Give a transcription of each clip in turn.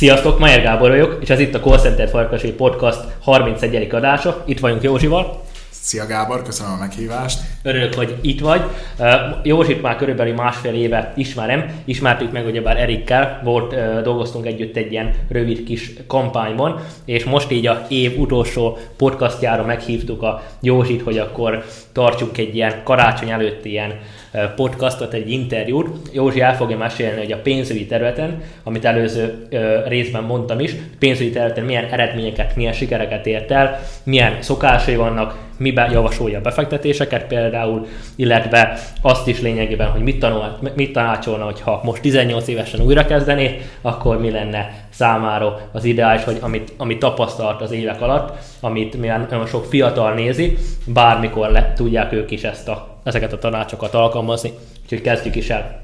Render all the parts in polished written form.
Sziasztok, Mayer Gábor vagyok, és ez itt a Call Center Farkasai Podcast 31. adása. Itt vagyunk Józsival. Szia Gábor, köszönöm a meghívást. Örülök, hogy itt vagy. Józsit már körülbelül másfél éve ismertük meg ugyebár Erikkel, dolgoztunk együtt egy ilyen rövid kis kampányban, és most így a év utolsó podcastjára meghívtuk a Józsit, hogy akkor tartsunk egy ilyen karácsony előtti ilyen podcastot, egy interjút. Józsi el fogja mesélni, hogy a pénzügyi területen, amit előző részben mondtam is, pénzügyi területen milyen eredményeket, milyen sikereket ért el, milyen szokásai vannak, miben javasolja a befektetéseket például, illetve azt is lényegében, hogy mit tanácsolna, hogyha most 18 évesen újra kezdené, akkor mi lenne számára az ideális, hogy amit tapasztalt az évek alatt, amit nagyon sok fiatal nézi, bármikor tudják ők is ezeket a tanácsokat alkalmazni. Úgyhogy kezdjük is el.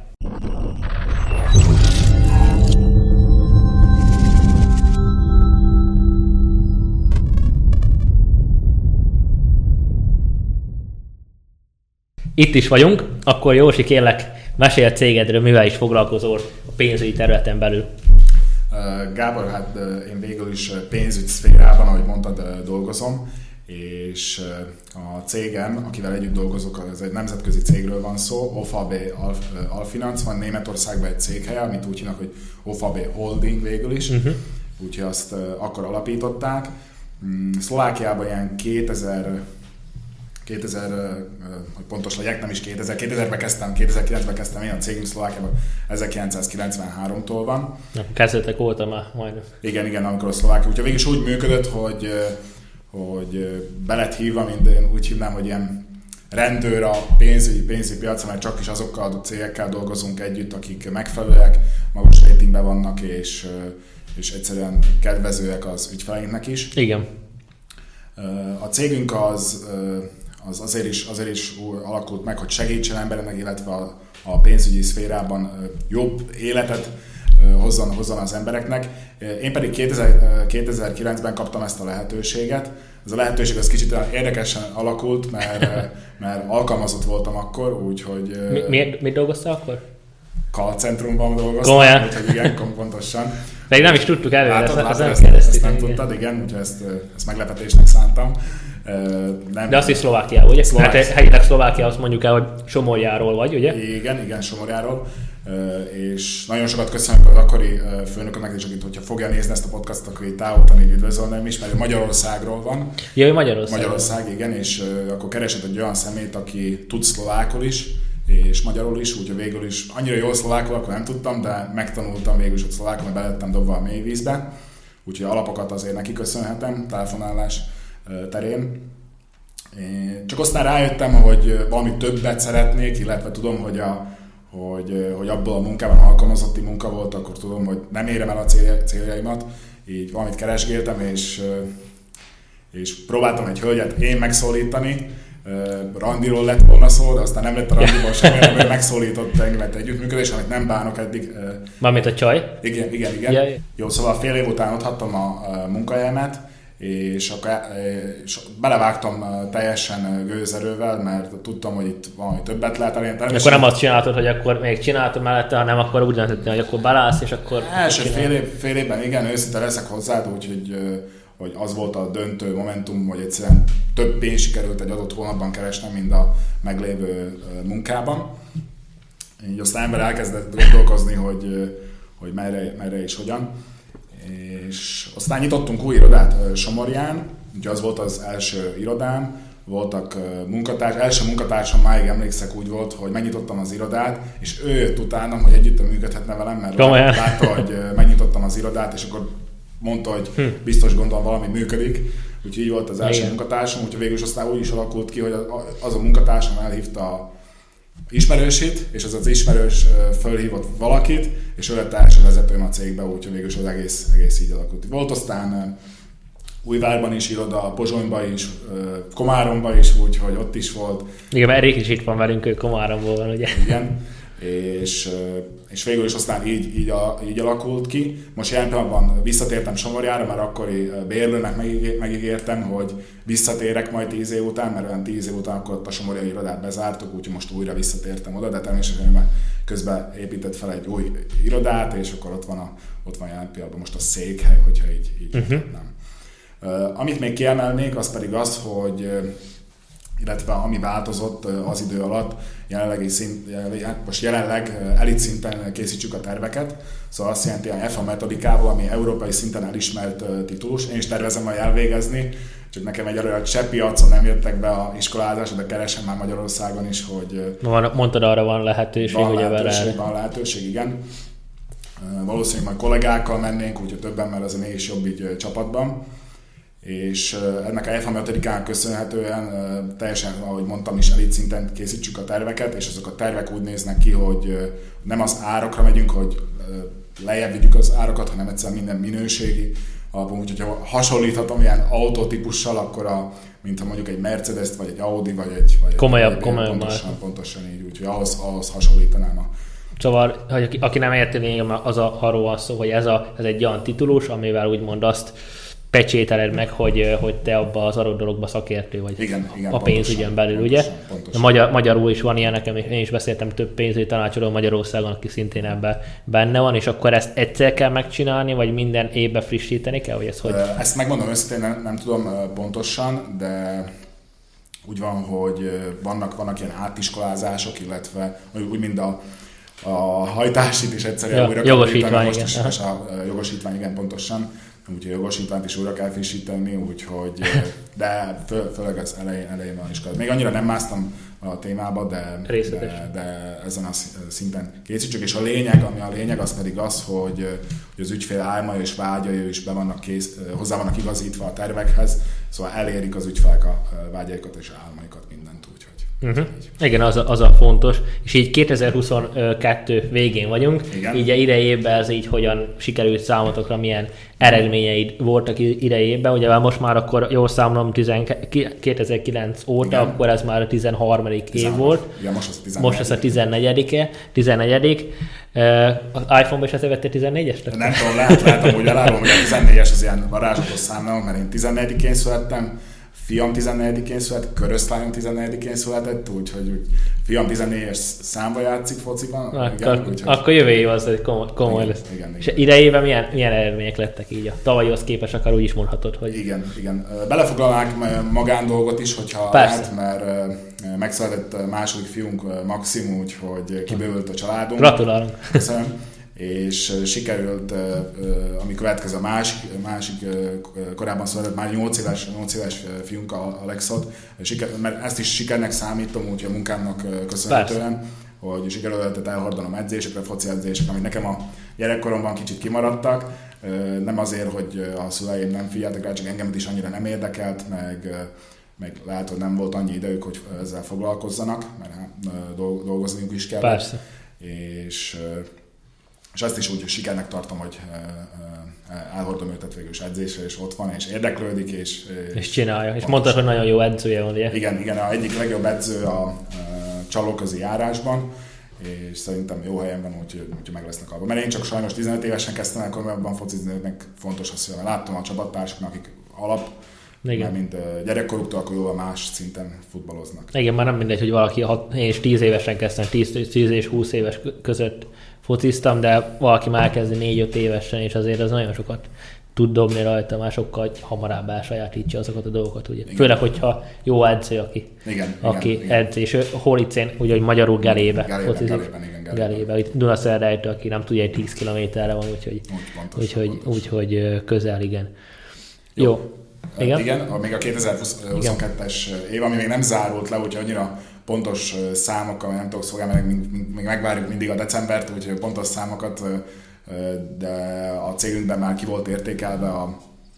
Itt is vagyunk, akkor Józsi, kérlek, mesélj a cégedről, mivel is foglalkozol a pénzügyi területen belül. Gábor, hát én végül is pénzügy szférában, ahogy mondtad, dolgozom, és a cégem, akivel együtt dolgozok, ez egy nemzetközi cégről van szó, OVB Alfinanz, van Németországban egy céghelye, amit úgy hívnak, hogy OVB Holding végül is, úgyhogy azt akkor alapították. Szlovákiában ilyen 2000, hogy pontos legyek, nem is 2000-ben kezdtem, 2009-ben kezdtem én a cégünk Szlovákiában, 1993-tól van. Kezdetek óta már majdnem. Igen, amikor a Szlovákia, úgyhogy végig is úgy működött, hogy be lett hívva, mint én úgy hívnám, hogy ilyen rendőr a pénzügyi piacon, mert csak is azokkal a cégekkel dolgozunk együtt, akik megfelelőek, magas ratingben vannak, és egyszerűen kedvezőek az ügyfeleinknek is. Igen. A cégünk az azért is alakult meg, hogy segítsen embereknek, illetve a pénzügyi szférában jobb életet hozzon az embereknek. Én pedig 2009-ben kaptam ezt a lehetőséget. Ez a lehetőség az kicsit érdekesen alakult, mert alkalmazott voltam akkor, úgyhogy... Mit dolgoztál akkor? Call centrumban dolgoztam, úgyhogy igen, pontosan. Pedig nem is tudtuk előre, ezt nem tudtad, igen, úgyhogy ezt meglepetésnek szántam. De azt is Szlovákiában, ugye? Hát helyileg Szlovákiához mondjuk el, hogy Somorjáról vagy, ugye? Igen, Somorjáról. És nagyon sokat köszönöm az akkori főnökömnek, és akit, hogyha fogja nézni ezt a podcastot, akkor így távoltan így üdvözölném is, mert Magyarországról van. Jaj, Magyarország, igen, és akkor keresett egy olyan szemét, aki tud szlovákul is, és magyarul is, úgyhogy végül is annyira jól szlovákul, akkor nem tudtam, de megtanultam végül is, hogy szlovákul, mert belettem dobva a mély vízbe. Úgyhogy alapokat azért neki köszönhetem, telefonálás terén. Csak aztán rájöttem, hogy valami többet szeretnék, illetve tudom, hogy abból a munkában alkalmazotti munka volt, akkor tudom, hogy nem érem el a céljaimat, így valamit keresgéltem, és próbáltam egy hölgyet én megszólítani. Randiról lett volna szó, de aztán nem lett a randiból semmi, mert megszólított engem egy együttműködés, amit nem bánok eddig. Mármint a csaj? Igen. Yeah. Jó, szóval fél év után otthagytam a munkahelyemet, és akkor belevágtam teljesen gőzerővel, mert tudtam, hogy itt valami többet lehet elérni. Akkor nem azt csináltad, hogy akkor még csináltad mellette, hanem akkor úgy döntöttél, hogy akkor belállsz, és akkor... Első fél évben igen, őszinte leszek hozzád, úgyhogy hogy az volt a döntő momentum, hogy egyszerűen több pénz sikerült egy adott hónapban keresnem, mint a meglévő munkában. Így aztán ember elkezdett gondolkozni, hogy merre és hogyan. És aztán nyitottunk új irodát Somorján, ugye az volt az első irodám, voltak első munkatársam, máig emlékszek, úgy volt, hogy megnyitottam az irodát, és ő jött utánam, hogy együtt működhetne velem, mert látta, hogy megnyitottam az irodát, és akkor mondta, hogy biztos gondolom valami működik, úgyhogy így volt az első munkatársam, úgyhogy végül is aztán úgy is alakult ki, hogy az a munkatársam elhívta ismerősét, és az ismerős fölhívott valakit, és ő lett első vezetőm a cégbe, úgyhogy végül is az egész így alakult. Volt aztán Újvárban is iroda, Pozsonyban is, Komáromban is, úgyhogy ott is volt. Igen, mert Erik is itt van velünk, ő Komáromból van, ugye? Igen, és és végül is aztán így alakult ki. Most jelen pillanatban visszatértem Somorjára, mert akkori bérlőnek megígértem, hogy visszatérek majd 10 év után, mert olyan 10 év után akkor ott a somorjai irodát bezártuk, úgyhogy most újra visszatértem oda, de természetesen már közben épített fel egy új irodát, és akkor ott van jelen pillanatban most a székhely, hogyha így nem. Amit még kiemelnék, az pedig az, hogy illetve ami változott az idő alatt, jelenleg elit szinten készítsük a terveket, szóval azt jelenti, hogy FA metodikával, ami európai szinten elismert titulus. Én is tervezem majd elvégezni, csak nekem egyelőre a cseh piacon nem jöttek be a iskolázásra, de keresem már Magyarországon is, hogy... Mondtad, arra van lehetőség, Van lehetőség, igen. Valószínűleg majd kollégákkal mennénk, úgyhogy többen, mert ez mégis jobb így csapatban. És ennek a FA metodikának köszönhetően teljesen, ahogy mondtam is, elit szinten készítsük a terveket, és azok a tervek úgy néznek ki, hogy nem az árakra megyünk, hogy lejjebb vigyük az árakat, hanem egyszerűen minden minőségi alapon. Úgyhogy ha hasonlíthatom ilyen autótípussal, akkor mint ha mondjuk egy Mercedes-t, vagy egy Audi, vagy egy komolyabb pontosan így, úgyhogy ahhoz hasonlítanám Szóval, hogy aki nem érti, az arról van szó, hogy ez egy olyan titulus, amivel úgymond azt pecsételed meg, hogy te abba az adott dologba szakértő vagy. Igen, a pénzügyen belül, ugye? Magyarul is van ilyen, nekem én is beszéltem több pénzügyi tanácsadó Magyarországon, aki szintén ebben benne van, és akkor ezt egyszer kell megcsinálni, vagy minden évben frissíteni kell, vagy ez hogy? Ezt megmondom őszintén, nem tudom pontosan, de úgy van, hogy vannak ilyen átiskolázások, illetve úgy, mint a hajtásit is egyszerűen újra jogosítvány, igen. És a jogosítvány, igen, pontosan. Úgyhogy a jogosítványt is újra kell frissíteni, úgyhogy, de főleg az elején van is. Még annyira nem másztam a témába, de ezen a szinten készítsük. És ami a lényeg, az pedig az, hogy az ügyfél álmai és vágyai is hozzá vannak igazítva a tervekhez, szóval elérik az ügyfelek a vágyaikat és álmaikat, mindent úgy. Igen, az a fontos. És így 2022 végén vagyunk. Igen. Így idejében ez így hogyan sikerült számotokra, milyen eredményeid voltak idejében. Ugye most már akkor jól számolom 2009 óta, igen. Akkor ez már a 13. év volt. Igen, most az a 14. Az iPhone-ba is azért vettél 14-est? Nem tudom, lehet amúgy elárulom, hogy a 14-es az ilyen varázslatos számom, mert én 14-én születtem, fiam 14-én született, köröszlányom 14-én született, úgyhogy fiam 14-es számba játszik fociban. Akkor jövő év az komoly lesz. Igen. És idejében milyen eredmények lettek így a tavalyhoz képest, akár úgy is mondhatod, hogy... Igen. Belefoglalnánk magándolgot is, hogyha lehet, mert megszületett második fiunk Maxim, úgyhogy kibővült a családunk. Gratulálunk! Köszönöm. És sikerült, ami következő a másik korábban született, már 8 éves fiunk Alexot, mert ezt is sikernek számítom, úgyhogy a munkámnak köszönhetően, hogy sikerült elhordanom edzésekre, foci edzésekre, amit nekem a gyerekkoromban kicsit kimaradtak, nem azért, hogy a szüleim nem figyeltek rá, csak engem is annyira nem érdekelt, meg lehet, hogy nem volt annyi idejük, hogy ezzel foglalkozzanak, mert dolgozniuk is kell. Persze. És azt is úgy sikernek tartom, hogy elhordom őtet végül is edzésre, és ott van, és érdeklődik, és csinálja. És mondtad, hogy nagyon jó edzője van, ugye? Igen, a egyik legjobb edző a csalóközi járásban, és szerintem jó helyen van, úgyhogy meg lesznek abban. Mert én csak sajnos 15 évesen kezdtem el komolyabban focizni, meg fontos az, hogy láttam a csapattársaknak, akik mert mint gyerekkoruktól, akkor jóval más szinten futballoznak. Igen, már nem mindegy, hogy valaki 6 és 10 évesen kezdtem, 10 és 20 éves között fociztam, de valaki már kezdi 4-5 évesen, és azért az nagyon sokat tud dobni rajta, már sokkal hamarabb elsajátítja azokat a dolgokat, ugye. Igen. Főleg, hogyha jó edző, aki edz, és Holicén, ugye, hogy magyarul Gelébe focizik. Gelébe. Itt Dunaszerdejtől, aki nem tudja, hogy 10 kilométerre van, úgyhogy közel, igen. Jó. Igen, még a 2022-es év, ami még nem zárult le, úgyhogy annyira pontos számokkal nem tudok szolgálni, még megvárjuk mindig a decembert, úgyhogy pontos számokat, de a cégünkben már ki volt értékelve a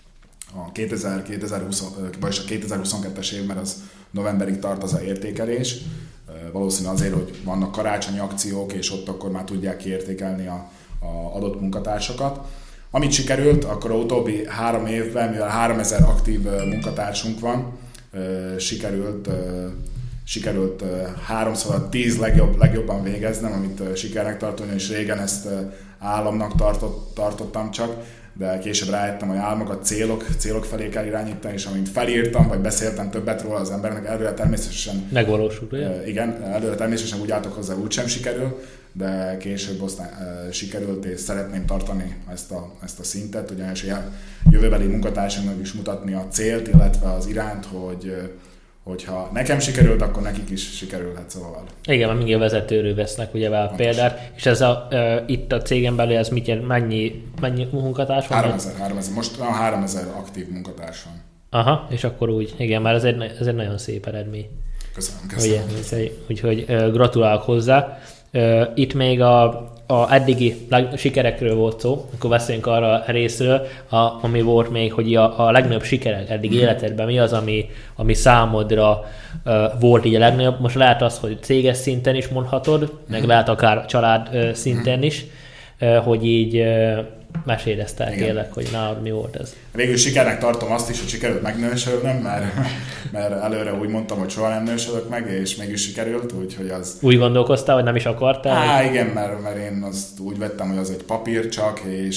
2022-es év, mert az novemberig tart az a értékelés. Valószínű azért, hogy vannak karácsonyi akciók, és ott akkor már tudják kiértékelni a adott munkatársakat. Amit sikerült, akkor a utóbbi 3 évben, mivel 3000 aktív munkatársunk van, sikerült sikerült 3x10 legjobban végeznem, amit sikernek tartom, és régen ezt álomnak tartottam csak, de később rájöttem, hogy álmokat célok felé kell irányítani, és amint felírtam, vagy beszéltem többet róla az embernek, előre természetesen megvalósult, ugye? Igen, előre természetesen úgy álltok hozzá, úgysem sikerül, de később aztán sikerült, és szeretném tartani ezt a szintet, ugyanis a jövőbeli munkatársamnak is mutatni a célt, illetve az irányt, hogyha nekem sikerült, akkor nekik is sikerülhet, szóval. Igen, mert mindjárt vezetőről vesznek ugye a példát, és ez itt a cégen belül ez mit jelent, mennyi munkatárs van? 3000, most 3000 aktív munkatárs van. Aha, és akkor úgy, igen, már ez egy nagyon szép eredmény. Köszönöm. Úgyhogy gratulálok hozzá. Itt még a eddigi sikerekről volt szó, akkor beszéljünk arra a részről, ami volt még, hogy a legnagyobb sikerek eddig életedben, mi az, ami számodra volt így a legnagyobb. Most lehet az, hogy céges szinten is mondhatod, meg lehet akár család szinten is, hogy így mesélj ezt el, kérlek, hogy nálad mi volt ez. Végül sikernek tartom azt is, hogy sikerült megnősödnöm, mert előre úgy mondtam, hogy soha nem nősödök meg, és mégis sikerült, úgyhogy az... Úgy gondolkoztál, hogy nem is akartál? Igen, mert én azt úgy vettem, hogy az egy papír csak,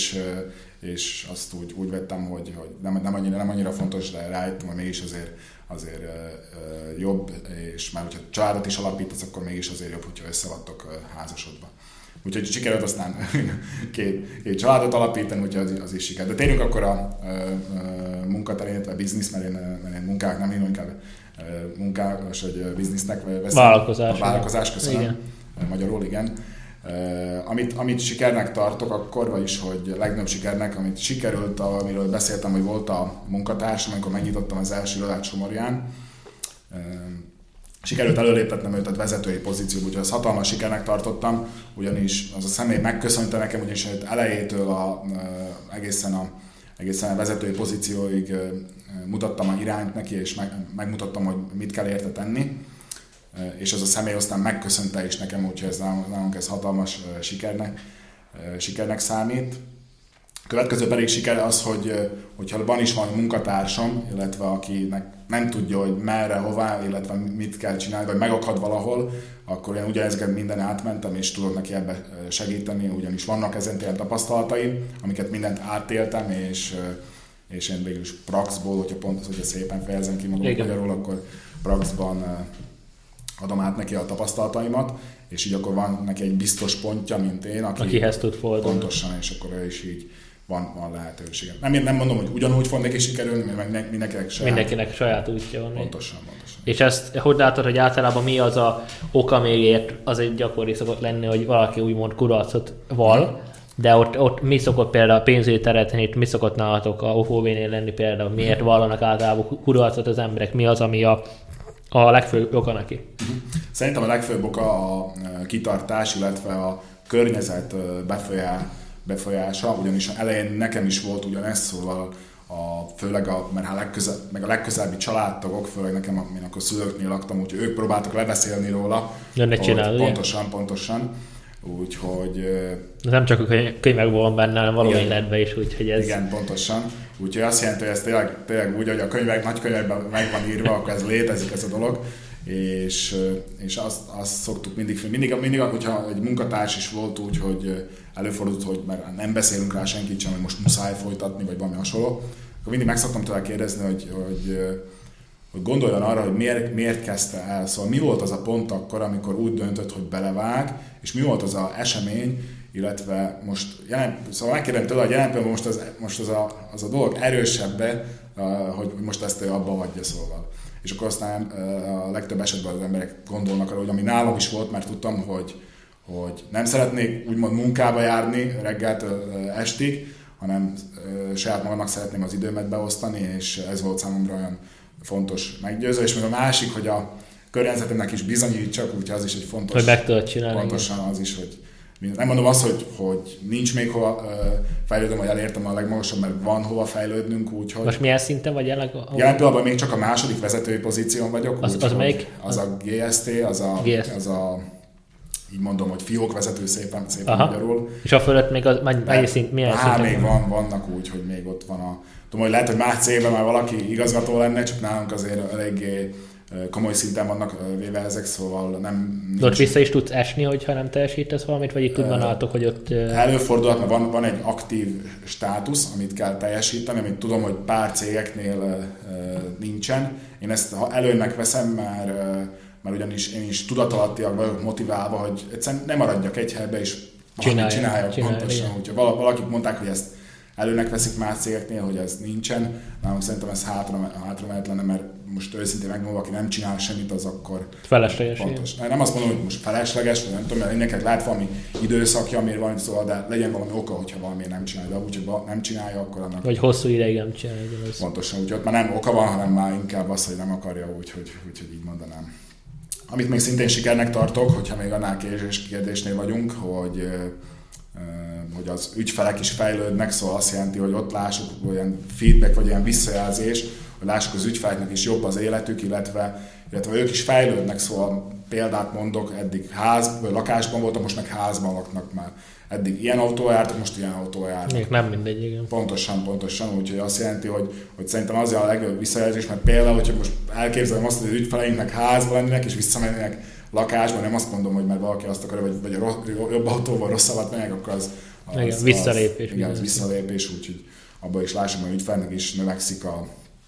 és azt úgy vettem, hogy nem annyira fontos, de rájöttem, hogy mégis azért jobb, és már hogyha családot is alapítasz, akkor mégis azért jobb, hogyha össze vagytok házasodva. Úgyhogy sikerült aztán két családot alapítani, úgyhogy az is siker. De térjünk akkor a munkaterén, illetve a biznisz, mert én munkának nem hívom, inkább munkás, vagy biznisznek veszem. Vállalkozás, köszönöm. Igen. Magyarul, igen. Amit sikernek tartok akkor, vagyis hogy legnagyobb sikernek, amit sikerült, amiről beszéltem, hogy volt a munkatársam, amikor megnyitottam az első irodát Somorján, sikerült előléptetnem őt a vezetői pozícióba, úgyhogy azt hatalmas sikernek tartottam, ugyanis az a személy megköszönte nekem, ugyanis elejétől egészen a vezetői pozícióig mutattam a irányt neki, és megmutattam, hogy mit kell érte tenni, és az a személy aztán megköszönte is nekem, úgyhogy nálunk ez hatalmas sikernek számít. A következő pedig siker az, hogyha van is van munkatársam, illetve akinek nem tudja, hogy merre, hová, illetve mit kell csinálni, vagy megakad valahol, akkor én ugyanezeket minden átmentem, és tudok neki ebbe segíteni, ugyanis vannak ezen téren tapasztalataim, amiket mindent átéltem, és én végül is praxból, hogyha pont az, hogyha szépen fejezem ki magam magyarul, akkor praxban adom át neki a tapasztalataimat, és így akkor van neki egy biztos pontja, mint én, akihez tud fordulni. Pontosan, és akkor ő is így van lehetősége. Nem mondom, hogy ugyanúgy fog neki sikerülni, mert mindenkinek saját útja van. Pontosan. És ezt hogy látod, hogy általában mi az a oka, amiért az egy gyakori szokott lenni, hogy valaki úgymond kudarcot val, de ott mi szokott például a pénzügyi területen, itt mi szokott nálatok a OFOV-nél lenni például, miért vallanak általában kudarcot az emberek, mi az, ami a legfőbb oka neki? Szerintem a legfőbb oka a kitartás, illetve a környezet befolyása, ugyanis elején nekem is volt ugyanez, szóval főleg meg a legközelebbi családtagok, főleg nekem, amin akkor szülőknél laktam, úgyhogy ők próbáltak lebeszélni róla. Pontosan. Úgyhogy... Nem csak a könyvekben van benne, hanem való életben is, úgyhogy ez... Igen, pontosan. Úgyhogy azt jelenti, hogy ez tényleg úgy, hogy a nagy könyvekben meg van írva, akkor ez létezik ez a dolog. És azt szoktuk mindig, hogyha egy munkatárs is volt úgy, hogy előfordult, hogy mert nem beszélünk rá senkit sem, hogy most muszáj folytatni, vagy valami hasonló, akkor mindig meg szoktam tőle kérdezni, hogy gondoljon arra, hogy miért kezdte el. Szóval mi volt az a pont akkor, amikor úgy döntött, hogy belevág, és mi volt az az esemény, illetve most szóval megkérdem tőle, hogy jelen pillanatban most az a dolog erősebbe, hogy most ezt abba hagyja, szóval. És akkor aztán a legtöbb esetben az emberek gondolnak arra, hogy ami nálam is volt, mert tudtam, hogy nem szeretnék úgymond munkába járni reggeltől estig, hanem saját magamnak szeretném az időmet beosztani, és ez volt számomra olyan fontos meggyőző. És még a másik, hogy a környezetemnek is bizonyítsak, úgyhogy az is egy fontos. Hogy meg tudod csinálni. Pontosan az is, hogy nem mondom azt, hogy nincs még hova fejlődöm, vagy elértem a legmagasabb, mert van hova fejlődnünk, úgyhogy... Most milyen szinten vagy jelenleg? Jelen pillanatban még csak a második vezetői pozíción vagyok. Az melyik? Az a GST, az a így mondom, hogy fiókvezető szépen magyarul. És a fölött még az milyen szinten? Még vannak úgy, hogy még ott van tudom, hogy lehet, hogy más cégben már valaki igazgató lenne, csak nálunk azért eléggé komoly szinten vannak véve ezek, szóval nem... De ott vissza is tudsz esni, hogyha nem teljesítesz valamit, vagy itt tudnátok, hogy ott... Előfordulhat, mert van egy aktív státusz, amit kell teljesíteni, amit tudom, hogy pár cégeknél nincsen. Én ezt előnynek veszem, mert ugyanis én is tudatalattiak vagyok motiválva, hogy egyszerűen nem maradjak egy helybe, és csináljak pontosan. Úgyhogy valakik mondták, hogy ezt előnek veszik más cégeknél, hogy ez nincsen. Nálunk szerintem ez hátramehet lenne, mert most őszintén megmondom, aki nem csinál semmit, az akkor felesleges. Pontos. Nem azt mondom, hogy most felesleges, vagy nem tudom, mert neked lehet valami időszakja, amiért van, szóval, de legyen valami oka, hogyha valamiért nem csinálja, de úgyhogy nem csinálja, akkor annak... Vagy hosszú ideig nem csinálja. Pontosan, úgyhogy ott már nem oka van, hanem már inkább az, hogy nem akarja, úgyhogy így mondanám. Amit még szintén sikernek tartok, hogyha még annál kérdésnél vagyunk, hogy az ügyfelek is fejlődnek, szóval azt jelenti, hogy ott lássuk olyan feedback, vagy olyan visszajelzés, hogy lássuk az ügyfeleknek is jobb az életük, illetve ők is fejlődnek, szóval példát mondok, eddig lakásban voltam, most meg házban laknak már. Eddig ilyen autó jártak, most ilyen autó jártak. Még nem mindegy, igen. Pontosan, úgyhogy azt jelenti, hogy szerintem az a legjobb visszajelzés, mert például, hogyha most elképzelem azt, hogy az ügyfeleinknek házban lennének, és visszamennének lakásban, nem azt mondom, hogy mert valaki azt akarja, vagy jobb autóval rosszabbat mennek, akkor az visszalépés. Igen, az visszalépés, úgyhogy abban is lássuk, hogy ügyfelnek is növekszik a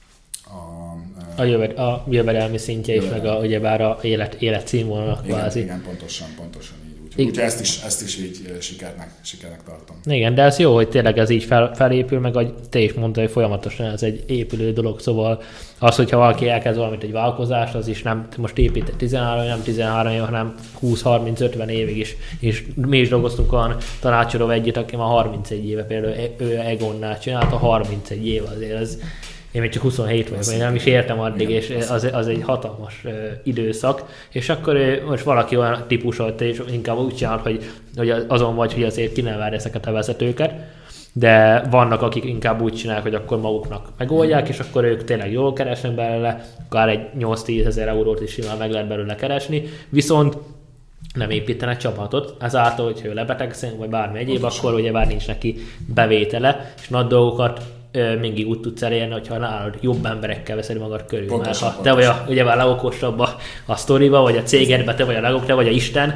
jövedelmi szintje is, meg ugyebár a életszínvonalak kvázi. Igen, pontosan így. Úgyhogy ezt is így sikernek tartom. Igen, de ez jó, hogy tényleg ez így felépül, meg ahogy te is mondtad, hogy folyamatosan ez egy épülő dolog, szóval az, hogyha valaki elkezd valamit egy vállalkozást, az is nem most épít 13 év, hanem 20-30-50 évig is. És mi is dolgoztunk olyan tanácsadóval együtt, aki már 31 éve, például ő Egonnál csinálta, 31 év azért ez. Én még csak 27 vagyok, én nem is értem addig, és az egy hatalmas időszak. És akkor most valaki olyan típus, hogy te is inkább úgy csinál, hogy azon vagy, hogy azért kineverd ezeket a vezetőket, de vannak, akik inkább úgy csinálják, hogy akkor maguknak megoldják, és akkor ők tényleg jól keresnek belőle, akár egy 8-10 ezer eurót is simán meg lehet belőle keresni, viszont nem építenek csapatot, ezáltal, hogyha ő lebetegszik, vagy bármi egyéb, akkor ugye már nincs neki bevétele, és nagy dolgokat mindig úgy tudsz elérni, hogyha nálad jobb emberekkel veszed magad körül. Pontosan, mert ha te vagy ugyebár legokosabb a sztoriba, vagy a cégedben, te vagy a legok, te vagy a Isten,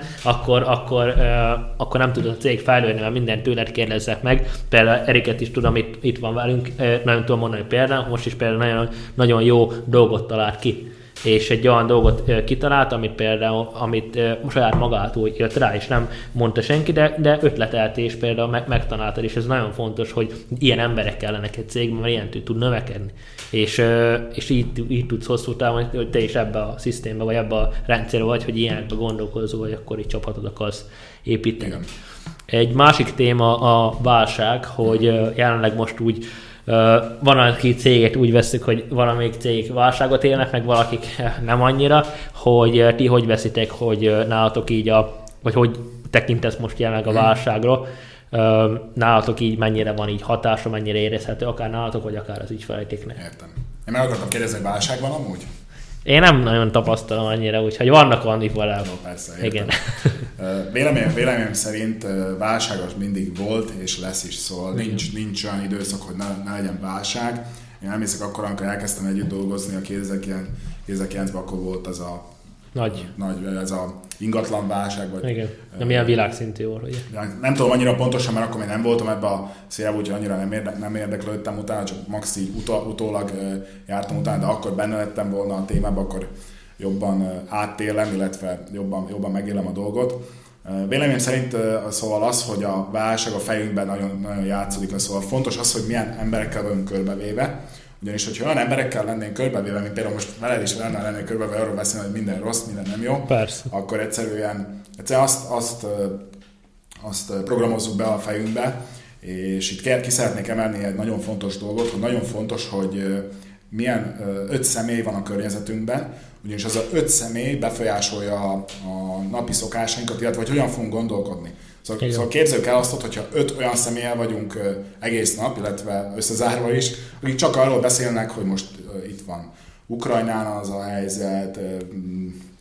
akkor nem tudod a cég fejlődni, mert mindent tőled kérdezzek meg. Például Eriket is tudom, itt van velünk, nagyon tudom mondani például, most is például nagyon, nagyon jó dolgot talált ki. És egy olyan dolgot kitalált, amit saját magától jött rá, és nem mondta senki, de ötletelt, és például megtanáltad, és ez nagyon fontos, hogy ilyen emberek kellenek egy cégben, mert ilyen tud növekedni. És így tudsz hosszú távon, hogy te is ebbe a szisztémbe, vagy ebbe a rendszerbe vagy, hogy ilyenekbe gondolkozol, vagy akkor így csapatot akarsz építeni. Igen. Egy másik téma a válság, hogy jelenleg most úgy van, aki céget úgy veszük, hogy valamelyik cégek válságot élnek, meg valakik nem annyira, hogy ti hogy veszitek, hogy nálatok így vagy hogy tekintesz most jelenleg a válságra, nálatok így mennyire van így hatása, mennyire érezhető, akár nálatok, vagy akár az ügyfeleiteknek. Értem. Én meg akartam kérdezni, hogy válság van amúgy? Én nem nagyon tapasztalom annyira, úgyhogy vannak annyi valami. No, persze, értem. Igen. Véleményem szerint válságos mindig volt, és lesz is, szóval nincs olyan időszak, hogy ne legyen válság. Én emlékszek akkor, amikor elkezdtem együtt dolgozni a 2009-ben, akkor volt ez a nagy ez a ingatlan válság. Vagy, igen, nem ilyen világszintű volt, ugye? Nem tudom annyira pontosan, mert akkor még nem voltam ebbe a szélbe, úgyhogy annyira nem érdeklődtem utána, csak max így utólag jártam utána, de akkor benne lettem volna a témában, akkor jobban áttélem, illetve jobban megélem a dolgot. Véleményem szerint szóval az, hogy a válság a fejünkben nagyon, nagyon játszódik, szóval fontos az, hogy milyen emberekkel vagyunk körbevéve. Ugyanis, hogyha olyan emberekkel lennénk körbevéve, mint például most veled is lennénk körbevéve, arról beszélni, hogy minden rossz, minden nem jó, persze. Akkor egyszerűen azt programozzuk be a fejünkbe, és itt ki szeretnék emelni egy nagyon fontos dolgot, hogy nagyon fontos, hogy milyen 5 személy van a környezetünkben, ugyanis az a 5 személy befolyásolja a napi szokásainkat, illetve hogy hogyan fogunk gondolkodni. Szóval képzeljük el azt, hogyha 5 olyan személlyel vagyunk egész nap, illetve összezárva is, akik csak arról beszélnek, hogy most itt van Ukrajnán az a helyzet,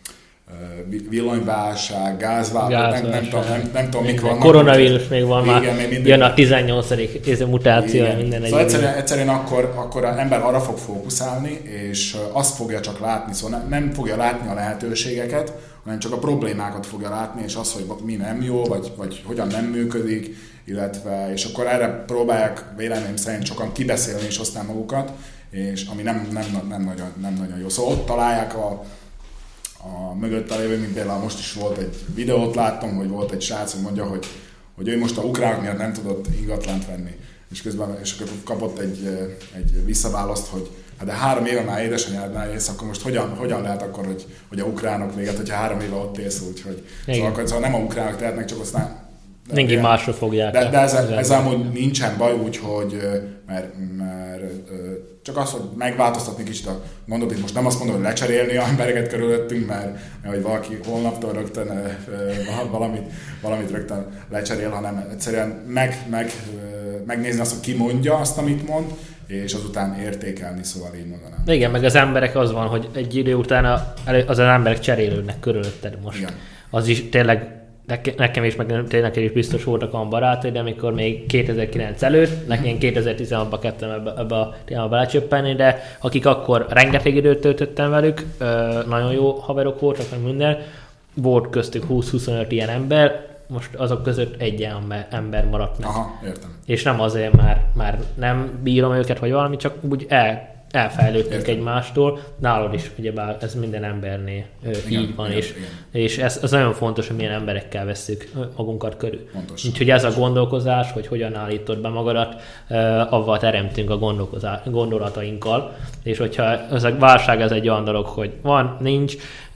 villanyválság, gázválság, nem tudom mik vannak. Koronavírus még van már, jön a 18. mutáció, minden szóval egyszerűen akkor az ember arra fog fókuszálni, és azt fogja csak látni, szóval nem fogja látni a lehetőségeket, hanem csak a problémákat fogja látni, és az, hogy mi nem jó, vagy hogyan nem működik, illetve, és akkor erre próbálják véleményem szerint sokan kibeszélni is aztán magukat, és ami nem nagyon jó. Szóval ott találják a mögött lévő, mint például most is volt egy videót láttam, hogy volt egy srác, hogy mondja, hogy ő most a ukránok miatt nem tudott ingatlant venni. És közben akkor kapott egy visszaválaszt, hogy hát de 3 éve már édesanyádnál élsz, akkor most hogyan lehet akkor, hogy a ukránok véget, hogyha 3 éve ott élsz, úgyhogy szóval nem a ukránok tehetnek, csak aztán mindig másra fogják. De ez amúgy nincsen baj, úgyhogy mert csak az, hogy megváltoztatni kicsit a gondot, most nem azt mondom, hogy lecserélni a embereket körülöttünk, mert hogy valaki holnaptól rögtön valamit rögtön lecserél, hanem egyszerűen megnézni azt, hogy ki mondja azt, amit mond, és azután értékelni, szóval így mondanám. Igen, meg az emberek az van, hogy egy idő után az emberek cserélődnek körülötted most. Igen. Az is tényleg nekem is, meg tényleg is biztos voltak olyan barátai, de amikor még 2009 előtt, nekem 2016-ban kezdtem ebbe a témába belecsöppenni, de akik akkor rengeteg időt töltöttem velük, nagyon jó haverok voltak, meg minden, volt köztük 20-25 ilyen ember, most azok között egy ember maradt meg. Aha, értem. És nem azért már nem bírom őket, vagy valami, csak úgy elfejlődtünk egymástól. Nálad is, ugyebár ez minden embernél így van, és ez nagyon fontos, hogy milyen emberekkel vesszük magunkat körül. Úgyhogy ez a gondolkozás, hogy hogyan állítod be magadat, avval teremtünk a gondolatainkkal, és hogyha ez a válság ez egy olyan dolog, hogy van, nincs,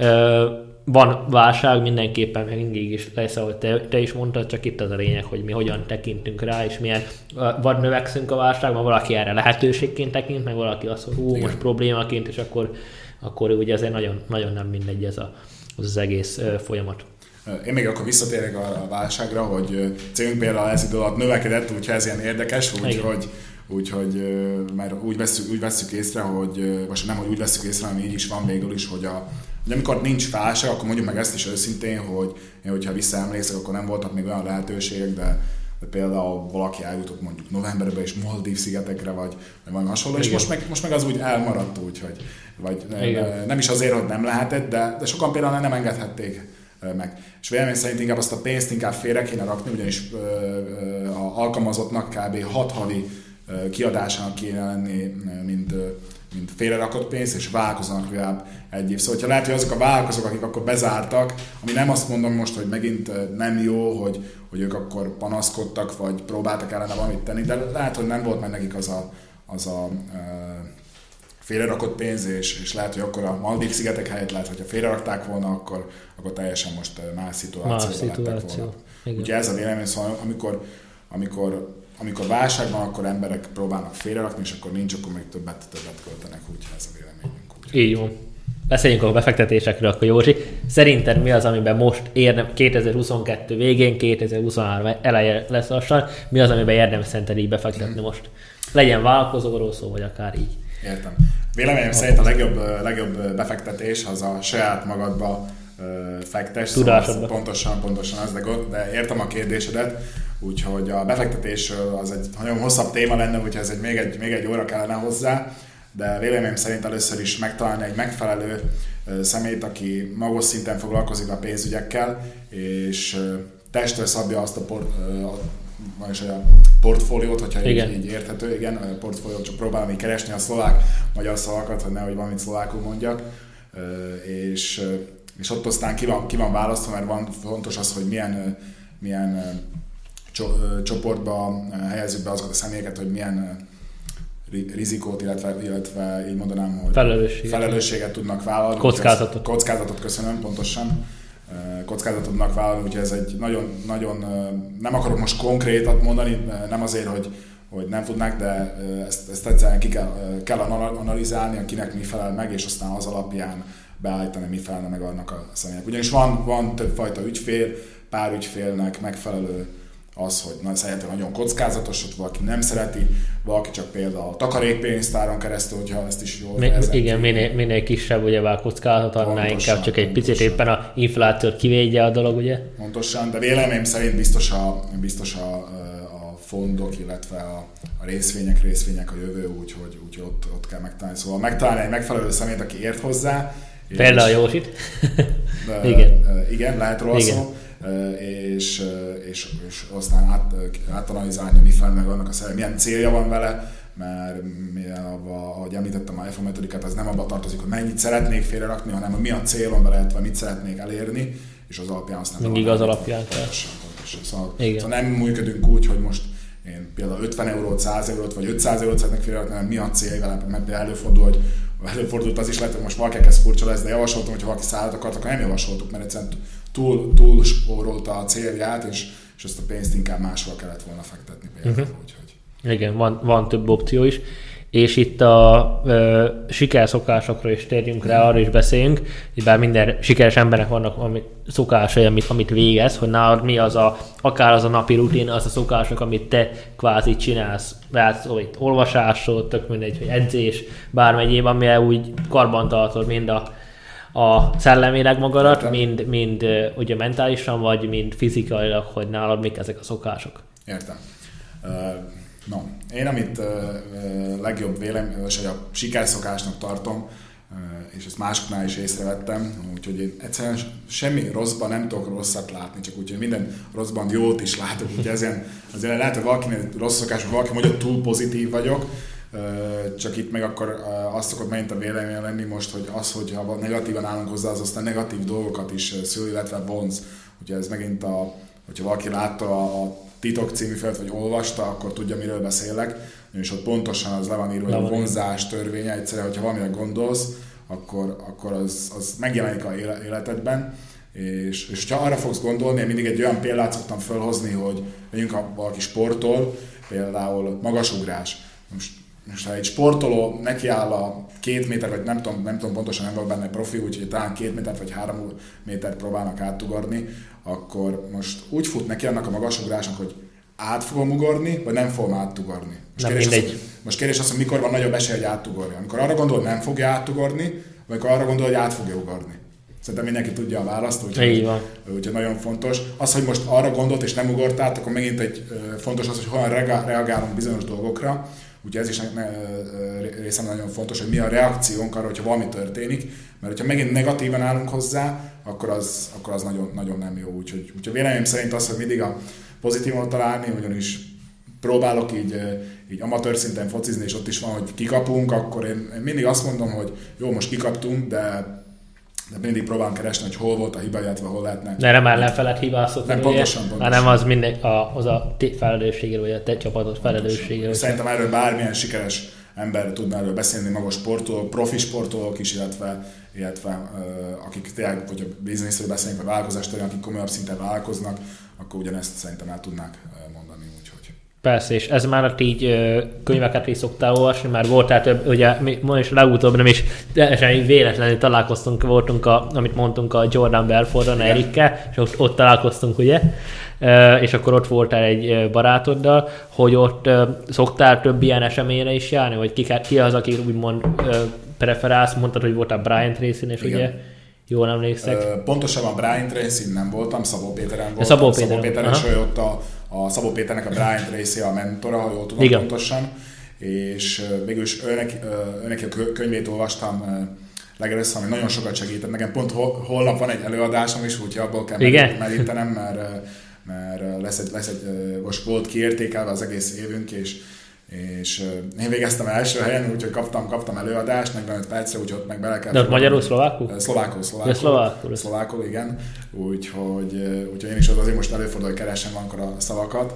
van válság, mindenképpen mindig is lesz, ahogy te is mondtad, csak itt az a lényeg, hogy mi hogyan tekintünk rá, és milyen, vagy növekszünk a válságban, valaki erre lehetőségként tekint, meg valaki azt, hogy most problémaként, és akkor ugye azért nagyon, nagyon nem mindegy ez az egész folyamat. Én még akkor visszatérek a válságra, hogy cégünk például ez idő alatt növekedett, úgyhogy ez ilyen érdekes, úgyhogy mert úgy vesszük észre, hogy, vagy nem, hogy úgy vesszük észre, hanem így is van végül is, hogy amikor nincs válság, akkor mondjuk meg ezt is őszintén, hogyha visszaemlékszek, akkor nem voltak még olyan lehetőségek, de például valaki eljutott mondjuk novemberbe és Maldív-szigetekre, vagy valami hasonló, és most meg az úgy elmaradt úgy, vagy nem is azért, hogy nem lehetett, de sokan például nem engedhették meg. És vélemény szerint inkább azt a pénzt inkább félre kéne rakni, ugyanis a alkalmazottnak kb. 6 havi kiadásának kéne lenni, mint félrerakott pénz, és vállalkozónak legalább egy év. Szóval, hogyha lehet, hogy azok a vállalkozók, akik akkor bezártak, ami nem azt mondom most, hogy megint nem jó, hogy ők akkor panaszkodtak, vagy próbáltak ellene valamit tenni, de lehet, hogy nem volt meg nekik az a félrerakott pénz, és lehet, hogy akkor a Maldív-szigetek helyett lehet, hogyha félrerakták volna, akkor teljesen most más szituációban lettek volna. Úgyhogy ez a vélemény, szóval amikor válság van, akkor emberek próbálnak félrerakni, és akkor nincs, akkor még többet költenek, úgyhogy ez a véleményünk. Így van. Beszéljünk a befektetésekről, akkor Józsi. Szerinted mi az, amiben most 2022 végén, 2023 eleje lesz lassan, mi az, amiben érdemes szerinted így befektetni most? Legyen vállalkozóról szó, vagy akár így. Értem. Véleményem szerint a legjobb befektetés az a saját magadba fektes. Tudásodba. Szóval pontosan ez, de értem a kérdésedet. Úgyhogy a befektetés az egy nagyon hosszabb téma lenne, úgyhogy ez még egy óra kellene hozzá, de véleményem szerint először is megtalálni egy megfelelő személyt, aki magas szinten foglalkozik a pénzügyekkel, és testre szabja azt a portfóliót, hogyha így érthető, igen, a portfóliót csak próbálom így keresni a szlovák-magyar szavakat, hogy nehogy valamit szlovákul mondjak, és ott aztán ki van választva, mert van fontos az, hogy milyen csoportba helyezzük be azokat a személyeket, hogy milyen rizikót, illetve így mondanám, hogy felelősséget tudnak vállalni. Kockázatot, köszönöm, pontosan. Kockázatot tudnak vállalni, úgyhogy ez egy nagyon, nem akarok most konkrétat mondani, nem azért, hogy nem tudnák, de ezt egyszerűen kell analizálni, akinek mi felel meg, és aztán az alapján beállítani, mi felelne meg annak a személynek. Ugyanis van többfajta ügyfél, pár ügyfélnek megfelelő az, hogy szereti nagyon kockázatosat, valaki nem szereti, valaki csak például a takarékpénztáron keresztül, hogyha ezt is jól vezeti. Igen, minél kisebb ugye a kockázat, annál inkább csak egy picit éppen a inflációt kivédje a dolog, ugye? Pontosan, de véleményem szerint biztos a fondok, illetve a részvények a jövő, úgyhogy ott kell megtalálni. Szóval megtalálni egy megfelelő személyt, aki ért hozzá. Például Józsit. Igen, lehet róla szó. És aztán átanalizálni, mi fel meg annak a szerep, milyen célja van vele, mert ahogy említettem, a iPhone metodikát, az nem abban tartozik, hogy mennyit szeretnék félrerakni, hanem mi a célom vele, illetve mit szeretnék elérni, és az alapján azt nem... Mindig az alapján kell. Szóval nem működünk úgy, hogy most én például 50 eurót, 100 eurót vagy 500 eurót szeretnék félrerakni, hanem mi a cél vele, mert előfordult az is lehet, hogy most valakinek ez furcsa lesz, de javasoltam, hogy ha valaki 100-at akart, akkor nem javasoltuk, mert egyszerűen túl spórolta a célját, és ezt a pénzt inkább máshol kellett volna fektetni például. Igen, van több opció is. És itt a sikerszokásokról is térjünk rá, arra is beszéljünk, bár minden sikeres embernek vannak szokásai, amit végez, hogy nálad mi az akár az a napi rutin, az a szokások, amit te kvázi csinálsz, vagy olvasásról, tök mindegy, hogy edzés, bármegyében, amivel úgy karbantartod mind a szellemileg magadat, mind ugye mentálisan, vagy mind fizikailag, hogy nálad mik ezek a szokások. Értem. Én amit legjobb vagy a sikerszokásnak tartom, és ezt másoknál is észrevettem, úgyhogy én egyszerűen semmi rosszban nem tudok rosszat látni, csak úgyhogy minden rosszban jót is látok, úgyhogy azért lehet, hogy valakinek rossz szokás, valaki mondja, túl pozitív vagyok, csak itt meg akkor azt szokott megint a vélemény lenni most, hogy hogyha negatívan állunk hozzá, az aztán negatív dolgokat is szül, illetve vonz. Ugye ez megint hogyha valaki látta a Titok című felett, vagy olvasta, akkor tudja, miről beszélek, és ott pontosan az le van írva, hogy a vonzás törvénye, egyszerűen, hogyha valamire gondolsz, akkor az megjelenik a életedben, és ha arra fogsz gondolni, én mindig egy olyan példát szoktam felhozni, hogy vegyünk valaki sportol, például magasugrás. Most ha egy sportoló nekiáll a 2 méter, vagy nem tudom pontosan, nem volt benne profi, úgyhogy talán 2 métert vagy 3 métert próbálnak átugorni, akkor most úgy fut neki annak a magasugrásnak, hogy át fogom ugorni, vagy nem fogom átugorni. Most kérdés az, hogy mikor van nagyobb esély, hogy átugorja. Amikor arra gondol, hogy nem fogja átugorni, vagy amikor arra gondol, hogy át fogja ugorni. Szerintem mindenki tudja a választ, úgyhogy nagyon fontos. Az, hogy most arra gondolt és nem ugort át, akkor megint egy fontos az, hogy hogyan reagálunk bizonyos dolgokra. Úgyhogy ez is részem nagyon fontos, hogy mi a reakciónk arra, hogyha valami történik, mert hogyha megint negatívan állunk hozzá, akkor az nagyon, nagyon nem jó. Úgyhogy véleményem szerint az, hogy mindig a pozitívon találni, ugyanis próbálok így amatőr szinten focizni, és ott is van, hogy kikapunk, akkor én mindig azt mondom, hogy jó, most kikaptunk, de mindig próbálom keresni, hogy hol volt a hiba, illetve hol lehetne. De nem ellenfelet hibáztatni, nem, pontosan. hanem az a te felelősségére, vagy a te csapatod felelősségére. Szerintem erről bármilyen sikeres ember tudna erről beszélni, magas sportolók, profi sportolók is, illetve akik tényleg, vagy a bizniszről beszélnek, vagy vállalkozástól, akik komolyabb szinten vállalkoznak, akkor ugyanezt szerintem el tudnák mondani. Persze, és ez már így könyveket is szoktál olvasni, már voltál több, ugye ma is legutóbb nem is teljesen véletlenül voltunk amit mondtunk a Jordan Belforton, Erikkel, és ott találkoztunk, ugye? És akkor ott voltál egy barátoddal, hogy ott szoktál több ilyen eseményre is járni, vagy ki az, aki úgymond preferálsz, mondtad, hogy voltál Brian Tracy-n, és ugye? Jól emlékszek. Pontosabban Brian Tracy nem voltam, Szabó Péteren voltam. Szabó Péter is ott a Szabó Péternek a Brian Tracy a mentora, ha jól tudom pontosan. És végülis őneki a könyvét olvastam legelőször, ami nagyon sokat segített. Nekem pont holnap van egy előadásom is, úgyhogy abból kell merítenem, mert lesz egy most volt kiértékelve az egész évünk, és én végeztem első helyen, úgyhogy kaptam előadást, 45 percre, úgyhogy ott meg bele kell... De ott magyarul, szlovákul? Szlovákul, igen. Úgyhogy én is azért most előfordul, hogy keresem valamikor a szavakat.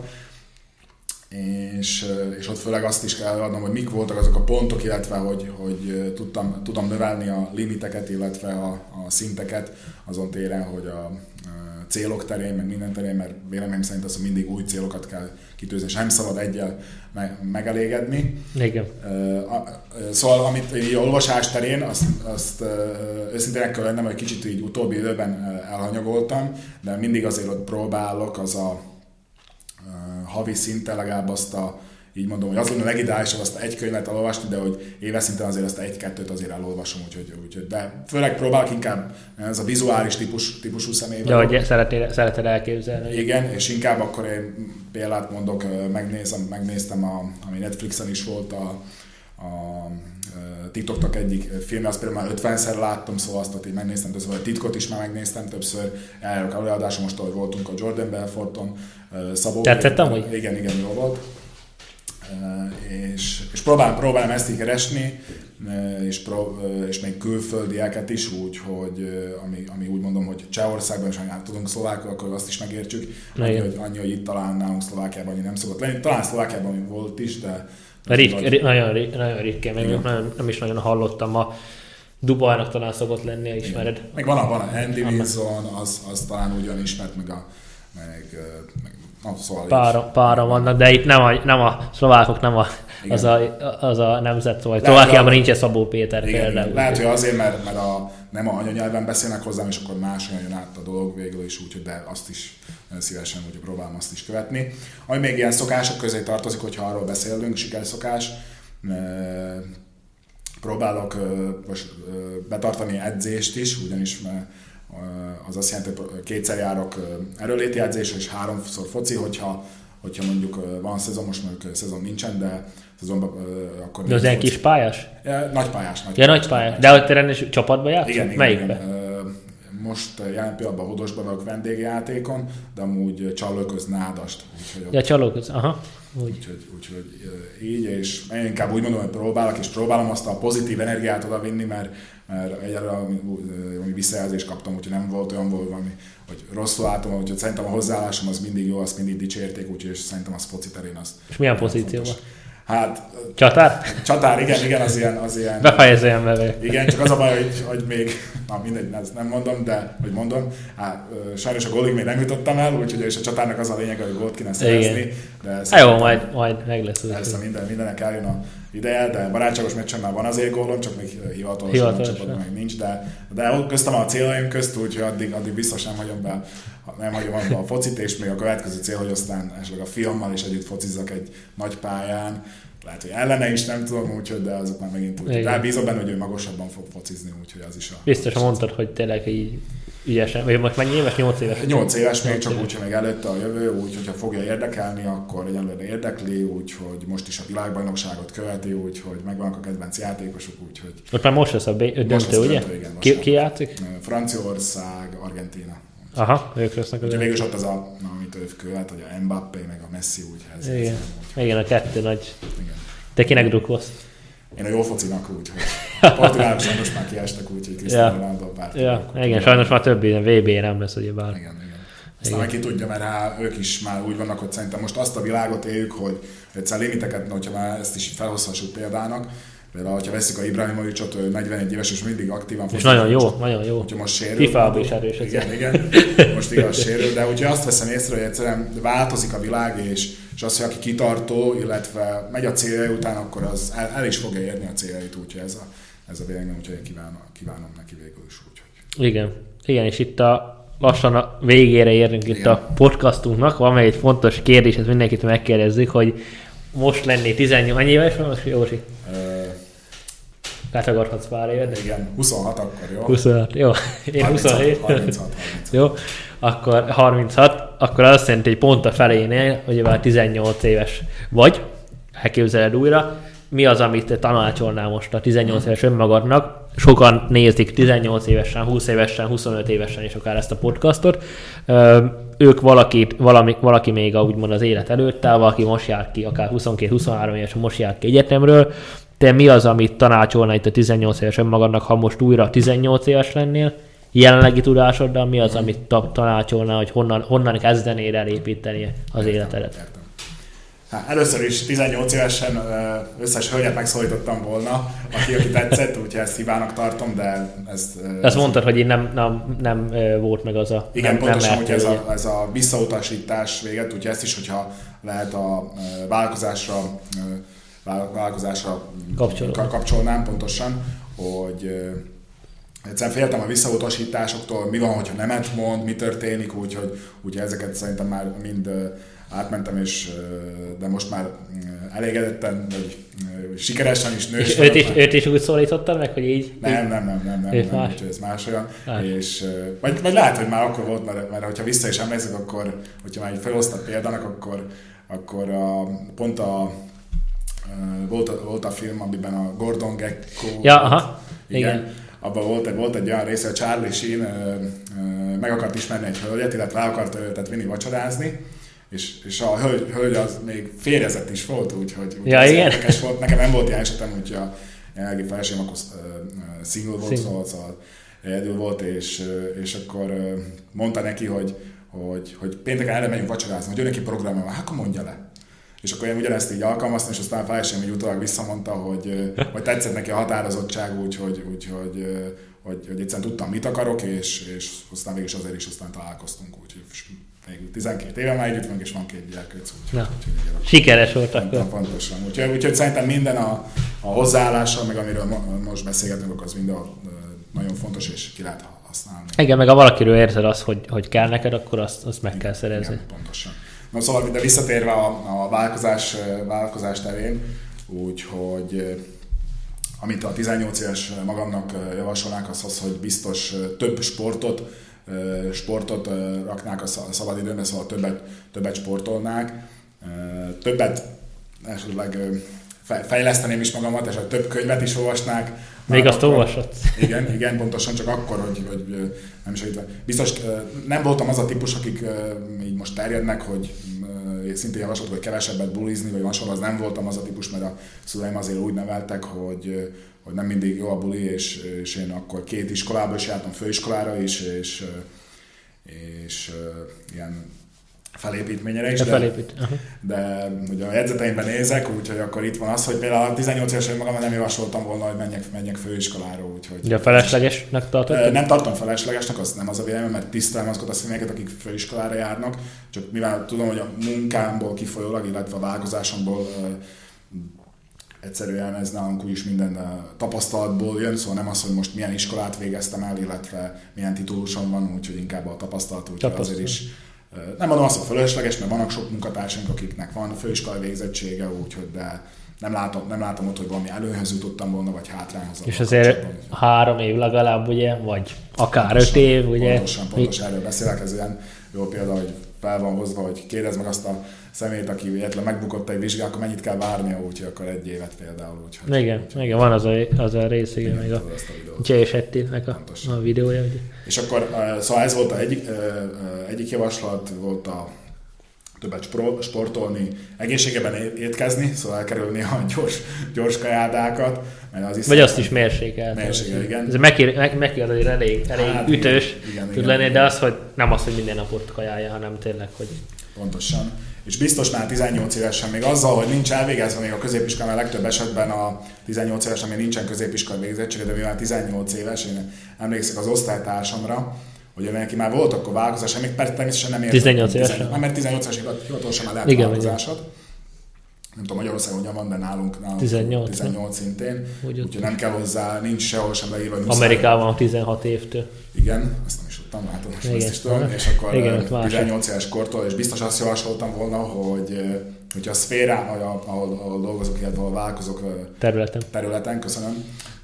És ott főleg azt is kell adnom, hogy mik voltak azok a pontok, illetve hogy tudtam növelni a limiteket, illetve a szinteket azon téren, hogy a célok terén, meg minden terén, mert véleményem szerint az, hogy mindig új célokat kell kitűzni, és nem szabad egyel megelégedni. Igen. Szóval amit így olvasás terén, azt őszintén kell lennem, hogy kicsit így utóbbi időben elhanyagoltam, de mindig azért ott próbálok havi szinten legalább azt így mondom, hogy az lenne legideálisabb azt egy könyvet elolvasni, de hogy éves szinten azért azt egy-kettőt azért elolvasom, úgyhogy de főleg próbálok inkább ez a vizuális típusú személy. Ja, hogy szereted elképzelni. Igen, és inkább akkor én példát mondok, megnéztem, ami Netflixen is volt a TikToknak egyik filmje, azt például már 50-szer láttam, szóval azt így megnéztem többször, a Titkot is már megnéztem többször, eljárok előadáson, most ahogy voltunk a Jordan Belforton, Szabó. Tetszett amúgy? Igen, jó volt. És próbálom ezt így keresni, és még külföldieket is, úgyhogy ami úgy mondom, hogy Csehországban is tudunk szlovákul, akkor azt is megértsük. Annyi, hogy itt talán nálunk Szlovákiában annyi nem szokott lenni. Talán Szlovákiában volt is, de... Nagyon ritkán, nem is nagyon hallottam. A Dubajnak talán szokott lenni, ismered. Meg van a Andy Wilson, az talán ugyan ismert, szóval pára vannak, de itt nem a szlovákok, nem az a nemzet, vagy Szlovákiában nincs Szabó Péter például. Lehet, hogy azért, mert nem a anyanyelven beszélnek hozzám, és akkor máshol jön át a dolog végül is, úgyhogy de azt is szívesen úgy próbálom azt is követni. Ami még ilyen szokások közé tartozik, hogyha arról beszélünk, sikerszokás, próbálok most betartani edzést is, ugyanis az azt jelenti, hogy kétszer járok erőléti edzésre, és 3-szor foci, hogyha mondjuk van szezon, most mondjuk szezon nincsen, de szezonban akkor... De az ilyen kis pályás? Nagy pályás. Nagy pályás. De ott rendes csapatban játszol? Igen. Melyikbe? Most jelen pillanatban Hodosban vagyok vendégjátékon, de amúgy Csallóköz Nádast. Csallóköz, aha. Úgyhogy így, és én inkább úgy mondom, hogy próbálom azt a pozitív energiát odavinni, mert egyelőre ami visszajelzést kaptam, úgyhogy nem volt olyan valami, hogy rosszul látom, úgyhogy szerintem a hozzáállásom az mindig jó, azt mindig dicsérték, úgyhogy szerintem az foci terén az. És milyen pozícióban? Hát... Csatár, igen, az ilyen... Befejezően vele. Igen, csak az a baj, hogy még... Na mindegy, ezt nem mondom, de hogy mondom. Hát, sajnos a gólig még nem jutottam el, úgyhogy és a csatárnak az a lényeg, hogy gólt kéne szerezni. Jó, majd meg lesz. Persze mindenek eljön a ideje, de barátságos meccsen már van azért gólom, csak még hivatalosan csapatban még nincs, de köztem a céljaim közt, úgyhogy addig biztos nem hagyom abba a focit, és még a következő cél, hogy aztán esetleg a fiammal is együtt focizzak egy nagy pályán. Lehet, hogy ellene is, nem tudom, úgyhogy, de azok már megint úgy. De bízom benne, hogy ő magasabban fog focizni, úgyhogy az is a... Biztosan mondtad, hogy tényleg így ügyesen, vagy most mennyi éves? 8 éves? 8 éves még, csak úgy, hogy még előtte a jövő, úgyhogy ha fogja érdekelni, akkor egyelőre érdekli, úgyhogy most is a világbajnokságot követi, úgyhogy megvannak a kedvenc játékosok, úgyhogy... Ott már most lesz a döntő, ugye? Igen, ki játszik? Franciaország, Argentína. Aha, ők lesznek az. Úgyhogy végül ott az amit ő követ, hogy a Mbappé, meg a Messi, úgyhogy igen, a kettő nagy. Igen. Te kinek drukkolsz? Én a jó focinak, úgyhogy Portugálok sajnos már kiestek, úgyhogy Cristiano Ronaldo pártól. Igen, sajnos már többi VB nem lesz, ugye bár. Igen. Aztán meg ki tudja, mert ők is már úgy vannak, hogy szerintem most azt a világot éljük, hogy egyszer limiteket, hogyha már ezt is felhozhassuk példának, például, ha veszik a Ibrahimovicot, ő 41 éves, és mindig aktívan és nagyon jó. Úgyhogy most sérül. FIFA-ban is erős. Igen. Most igaz sérül, de úgyhogy azt veszem észre, hogy egyszerűen változik a világ, és az, hogy aki kitartó, illetve megy a célja után, akkor az el is fogja érni a céljait, úgyhogy ez a véleményem, úgyhogy én kívánom neki végül is. Úgyhogy. Igen, és itt lassan a végére érünk itt a podcastunknak, van még egy fontos kérdés, ezt mindenkit megkérdezzük, hogy most lenné 18, mennyi éves van most, Józsi? Letagadhatsz pár évet? Igen, 26 akkor, jó? 26, jó. Én 27. 36. Jó, akkor 36, akkor azt jelenti, hogy pont a felénél, hogy már 18 éves vagy, elképzeled újra. Mi az, amit te tanácsolnál most a 18 éves önmagadnak? Sokan nézik 18 évesen, 20 évesen, 25 évesen is akár ezt a podcastot. Ők valaki még úgymond az élet előtt áll, valaki most jár ki, akár 22-23 évesen most jár ki egyetemről. Te mi az, amit tanácsolnál itt a 18 éves önmagadnak, ha most újra 18 éves lennél? Jelenlegi tudásoddal mi az, amit tanácsolnál, hogy honnan kezdenél elépíteni az életedet? Hát, először is 18 évesen összes hölgyet megszólítottam volna, aki tetszett, úgyhogy ezt hibának tartom, de ezt mondtad, hogy én nem volt meg az a... Igen, pontosan, hogy ez a visszautasítás véget, úgyhogy ezt is, hogyha lehet a vállalkozásra kapcsolnám pontosan, hogy egyszerűen féltem a visszautasításoktól, mi van, hogyha nemet mond, mi történik, úgyhogy ezeket szerintem már mind átmentem, de most már elégedetten, vagy sikeresen is nős. És őt is úgy szólítottad meg, hogy így? Nem, úgyhogy ez más olyan. És, vagy lehet, hogy már akkor volt, mert hogyha vissza is emlékszek, akkor, hogyha már így felosztott példának, akkor volt a film, amiben a Gordon Gekko... Ja, aha. Igen. Abban volt egy olyan része, hogy Charlie Sheen meg akart ismerni egy hölgyet, illetve el akart őt vinni vacsorázni, és a hölgy az még férjezett is volt, úgyhogy érdekes volt. Nekem nem volt ilyen esetem, úgyhogy a jelenlegi feleségem akkor single volt, szóval egyedül volt, és akkor mondta neki, hogy pénteken erre megyünk vacsorázni, hogy ő neki programja van, akkor mondja le. És akkor én ugyanezt így alkalmaztam, és aztán a feleségem így utólag visszamondta, hogy tetszett neki a határozottság, úgyhogy egyszerűen tudtam, mit akarok, és aztán végig azért is aztán találkoztunk, úgyhogy még 12 éve már együtt vagyunk, és van 2 gyerkőc. Sikeres voltak. Pontosan. Úgyhogy szerintem minden a hozzáállással, meg amiről most beszélgetünk, az minden nagyon fontos, és ki lehet használni. Igen, meg ha valakiről érzed azt, hogy kell neked, akkor azt meg kell szerezni. Igen, pontosan. No, szóval de visszatérve a vállalkozás terén, úgyhogy amit a 18 éves magamnak javasolnák, az, hogy biztos több sportot raknák a szabadidőn, szóval többet sportolnák, többet esetleg fejleszteném is magamat, és több könyvet is olvasnák. Még azt olvasod? Igen, pontosan, csak akkor, hogy nem segítve. Biztos nem voltam az a típus, akik így most terjednek, hogy szintén javaslatok, hogy kevesebbet bulizni, vagy hasonló, az nem voltam az a típus, mert a szüleim azért úgy neveltek, hogy nem mindig jó a buli, és én akkor 2 iskolába is jártam, főiskolára is, és ilyen felépítményre is, de ugye a jegyzeteimben nézek, úgyhogy akkor itt van az, hogy például a 18 évesen magam nem javasoltam volna, hogy menjek főiskolára. Úgyhogy de a feleslegesnek tartod? Nem tartom feleslegesnek, az nem az a véleményem, mert tisztelem azokat a személyeket, akik főiskolára járnak, csak mivel tudom, hogy a munkámból kifolyólag, illetve a vállalkozásomból egyszerűen ez nálunk úgyis minden tapasztalatból jön, szóval nem az, hogy most milyen iskolát végeztem el, illetve milyen titulusom van, úgyhogy inkább a tapasztalat, úgyhogy azért is nem mondom azt, hogy fölösleges, mert vannak sok munkatársaink, akiknek van főiskolai végzettsége, úgyhogy de nem látom ott, hogy valami előnyhöz jutottam volna, vagy hátrányhoz. És azért 3 év legalább, ugye, vagy akár 5 év, ugye? Pontosan erről beszélek, ez ilyen jó példa, hogy fel van hozva, hogy kérdezd meg azt a személyt, aki egyetlen megbukott egy vizsgát, akkor mennyit kell várnia, úgyhogy akkor 1 évet például. Úgyhogy, igen, van az a rész, igen, meg a J.S. Hetty-nek a videója. Ugye. És akkor, szóval ez volt egyik javaslat, volt a többet sportolni, egészségében étkezni, szóval elkerülni a gyors kajádákat. Vagy azt is mérsékelni. Igen. Ez megkérdez, hogy elég ütős tud lenni, de az, hogy nem az, hogy minden napot kajálja, hanem tényleg, hogy... Pontosan. És biztos már 18 évesen, még azzal, hogy nincs elvégezve még a középiskolán, a legtöbb esetben a 18 évesen még nincsen középiskolai végzettsége, de mivel 18 éves, én emlékszek az osztálytársamra, hogy neki már volt akkor vállalkozása, még természetesen nem értem. 18 évesen? Mert 18 éves hivatalosan már lehet vállalkozásod. Nem tudom, Magyarországon ugyan van, de nálunk 18 szintén. Úgyhogy nem kell hozzá, nincs sehol sem leírva. Amerikában 16 évtől. Igen, azt nem is tudtam, látom, most ezt is tudom. És akkor 18 éves kortól, és biztos azt javasoltam volna, hogy a szférán, ahol dolgozok, illetve ahol vállalkozok területen, köszönöm,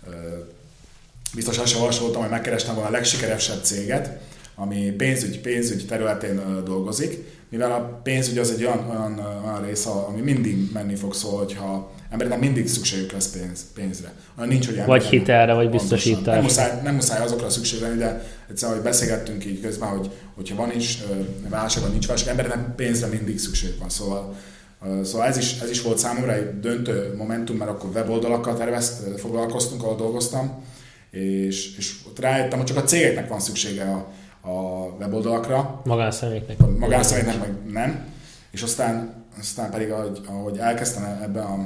biztos azt javasoltam, hogy megkerestem volna a legsikeresebb céget, ami pénzügy területén dolgozik, mivel a pénzügy az egy olyan része, ami mindig menni fog, szóval, hogyha embereknek mindig szükségük lesz pénzre. Nincs, hogy vagy hitelre, vagy biztosításra. Nem muszáj azokra szükség lenni, de egyszerűen, hogy beszélgettünk így közben, hogyha van is válság, vagy nincs válság, embereknek pénzre mindig szükség van. Szóval ez is volt számomra egy döntő momentum, mert akkor weboldalakkal foglalkoztunk, ahol dolgoztam, és ott rájöttem, hogy csak a cégeknek van szüksége a weboldalakra. Magánszemélyeknek meg nem. És aztán pedig, ahogy elkezdtem ebben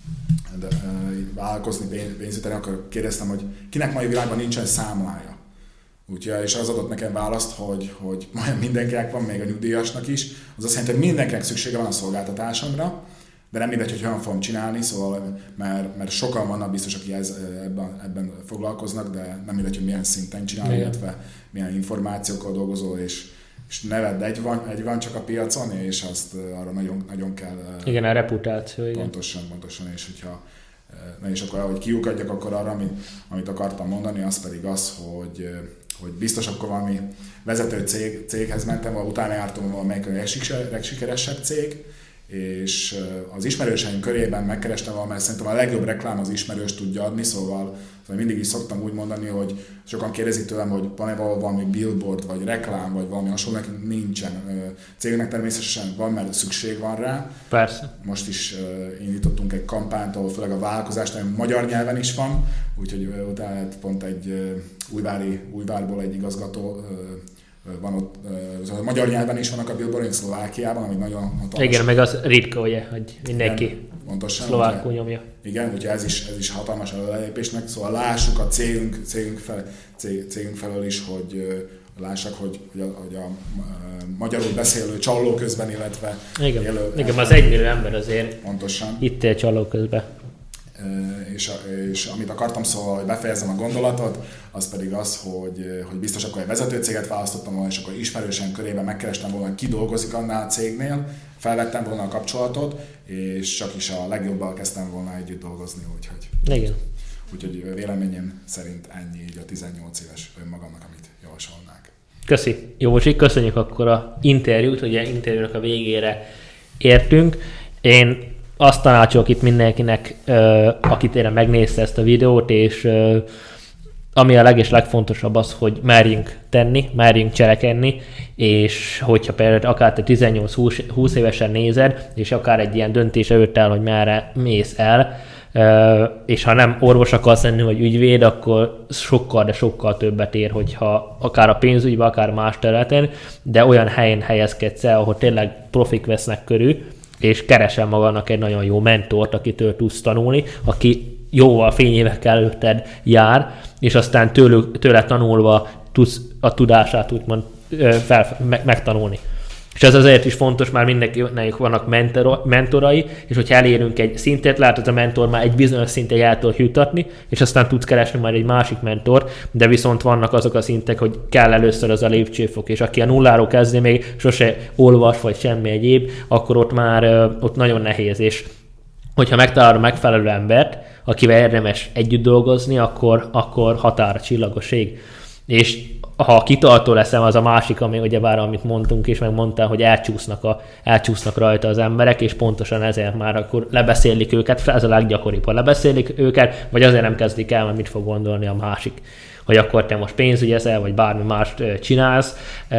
vállalkozni pénzügyben, akkor kérdeztem, hogy kinek mai világban nincsen számlája. Úgyhogy, és az adott nekem választ, hogy majd mindenkinek van, még a nyugdíjasnak is. Az azt jelenti, hogy mindenkinek szüksége van a szolgáltatásomra, de nem mindegy, hogy hogyan fogom csinálni, szóval, mert sokan vannak biztos, akik ebben foglalkoznak, de nem mindegy, hogy milyen szinten csinálni, illetve milyen információkkal dolgozol, és és neved egy van csak a piacon, és azt arra nagyon, nagyon kell... Igen, a reputáció, igen. Pontosan, és hogyha és akkor ahogy kiukadjak akkor arra, amit akartam mondani, az pedig az, hogy biztos akkor valami vezető céghez mentem, utána jártam valamelyik legsikeresebb cég, és az ismerőseim körében megkerestem valamelyik, szerintem a legjobb reklám az ismerős tudja adni, szóval mindig is szoktam úgy mondani, hogy sokan kérdezik tőlem, hogy van-e valami billboard, vagy reklám, vagy valami hasonló, nekünk nincsen. Cégnek természetesen van, mert szükség van rá. Persze. Most is indítottunk egy kampányt, ahol főleg a vállalkozás magyar nyelven is van, úgyhogy utána pont egy Újvárból egy igazgató van ott, a magyar nyelven is vannak a billboardok, Szlovákiában, ami nagyon hatalmas. Igen, meg az ritka, ugye, hogy mindenki szlovákul nyomja. Igen, úgyhogy ez is hatalmas előrelépésnek, szóval lássuk a cégünk felől is, hogy lássak, hogy a magyarul beszélő csaló közben, illetve igen, az 1 millió ember azért pontosan. Itt él csaló közben. És amit akartam, szóval, hogy befejezem a gondolatot, az pedig az, hogy biztos akkor egy vezetőcéget választottam volna, és akkor ismerősen körében megkerestem volna, hogy ki dolgozik annál a cégnél, felvettem volna a kapcsolatot, és csak is a legjobbal kezdtem volna együtt dolgozni, úgyhogy véleményem szerint ennyi így a 18 éves önmagamnak, amit javasolnák. Köszi, Józsi, köszönjük akkor a interjút, ugye interjúnak a végére értünk. Én azt tanácsolok itt mindenkinek, aki tényleg megnézte ezt a videót, és ami a legfontosabb az, hogy merjünk tenni, merjünk cselekedni, és hogyha például akár te 18-20 évesen nézed, és akár egy ilyen döntés előtt áll, hogy merre mész el, és ha nem orvos akarsz lenni, vagy ügyvéd, akkor sokkal, de sokkal többet ér, hogyha akár a pénzügyben, akár más területen, de olyan helyen helyezkedsz el, ahol tényleg profik vesznek körül, és keresel magadnak egy nagyon jó mentort, akitől tudsz tanulni, aki jóval fényévekkel előtted jár, és aztán tőle tanulva tudsz a tudását úgymond megtanulni. És ez azért is fontos, már mindenkinek vannak mentorai, és hogyha elérünk egy szintet, lehet, hogy a mentor már egy bizonyos szintig el tud jutatni, és aztán tudsz keresni majd egy másik mentor, de viszont vannak azok a szintek, hogy kell először az a lépcsőfok, és aki a nulláról kezdi, még sose olvas, vagy semmi egyéb, akkor ott nagyon nehéz, és hogyha megtalálod a megfelelő embert, akivel érdemes együtt dolgozni, akkor határa csillagos ég. És ha kitartó leszem, az a másik, ami ugyebár, amit mondtunk és megmondtál, hogy elcsúsznak rajta az emberek, és pontosan ezért már akkor lebeszélik őket, ez a leggyakoribb, ha lebeszélik őket, vagy azért nem kezdik el, mert mit fog gondolni a másik. Hogy akkor te most pénzügyeszel, vagy bármi mást csinálsz,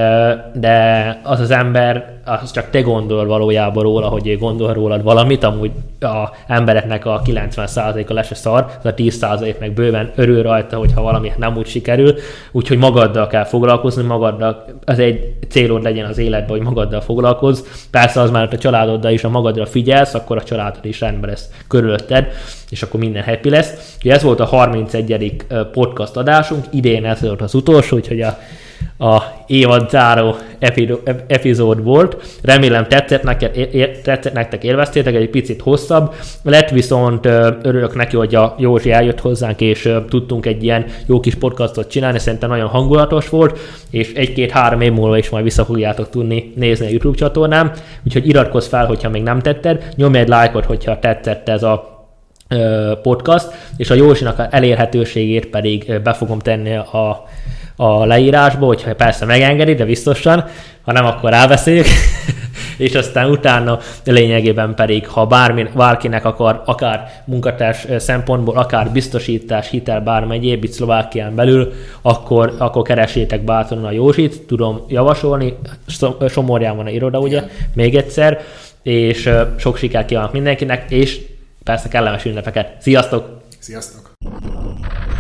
de az ember, az csak te gondol valójában róla, hogy ő gondol rólad valamit, amúgy a embereknek a 90%-a lesz a szar, az a 10% meg bőven örül rajta, hogyha valami nem úgy sikerül, úgyhogy magaddal kell foglalkozni, az egy célod legyen az életben, hogy magaddal foglalkozz. Persze az már, hogy a családoddal is, ha magadra figyelsz, akkor a családod is rendben lesz körülötted, és akkor minden happy lesz. Ugye ez volt a 31. podcast adásunk, idén ez volt az utolsó, úgyhogy a évad záró epizód volt. Remélem tetszett nektek, élveztétek, egy picit hosszabb lett, viszont örülök neki, hogy a Józsi eljött hozzánk, és tudtunk egy ilyen jó kis podcastot csinálni, szerintem nagyon hangulatos volt, és 1-2-3 év múlva is majd vissza fogjátok tudni nézni a YouTube csatornám, úgyhogy iratkozz fel, hogyha még nem tetted, nyomj egy lájkot, hogyha tetszett ez a podcast, és a Józsinak a elérhetőségét pedig be fogom tenni a leírásba, hogyha persze megengedi, de biztosan, ha nem, akkor rábeszéljük, és aztán utána lényegében pedig, ha bárkinek akar, akár munkatárs szempontból, akár biztosítás, hitel, bármi egyéb itt Szlovákián belül, akkor keresétek bátran a Józsit, tudom javasolni, Somorján van a iroda, ugye, még egyszer, és sok sikert kívánok mindenkinek, és persze kellemes ünnepeket. Sziasztok! Sziasztok!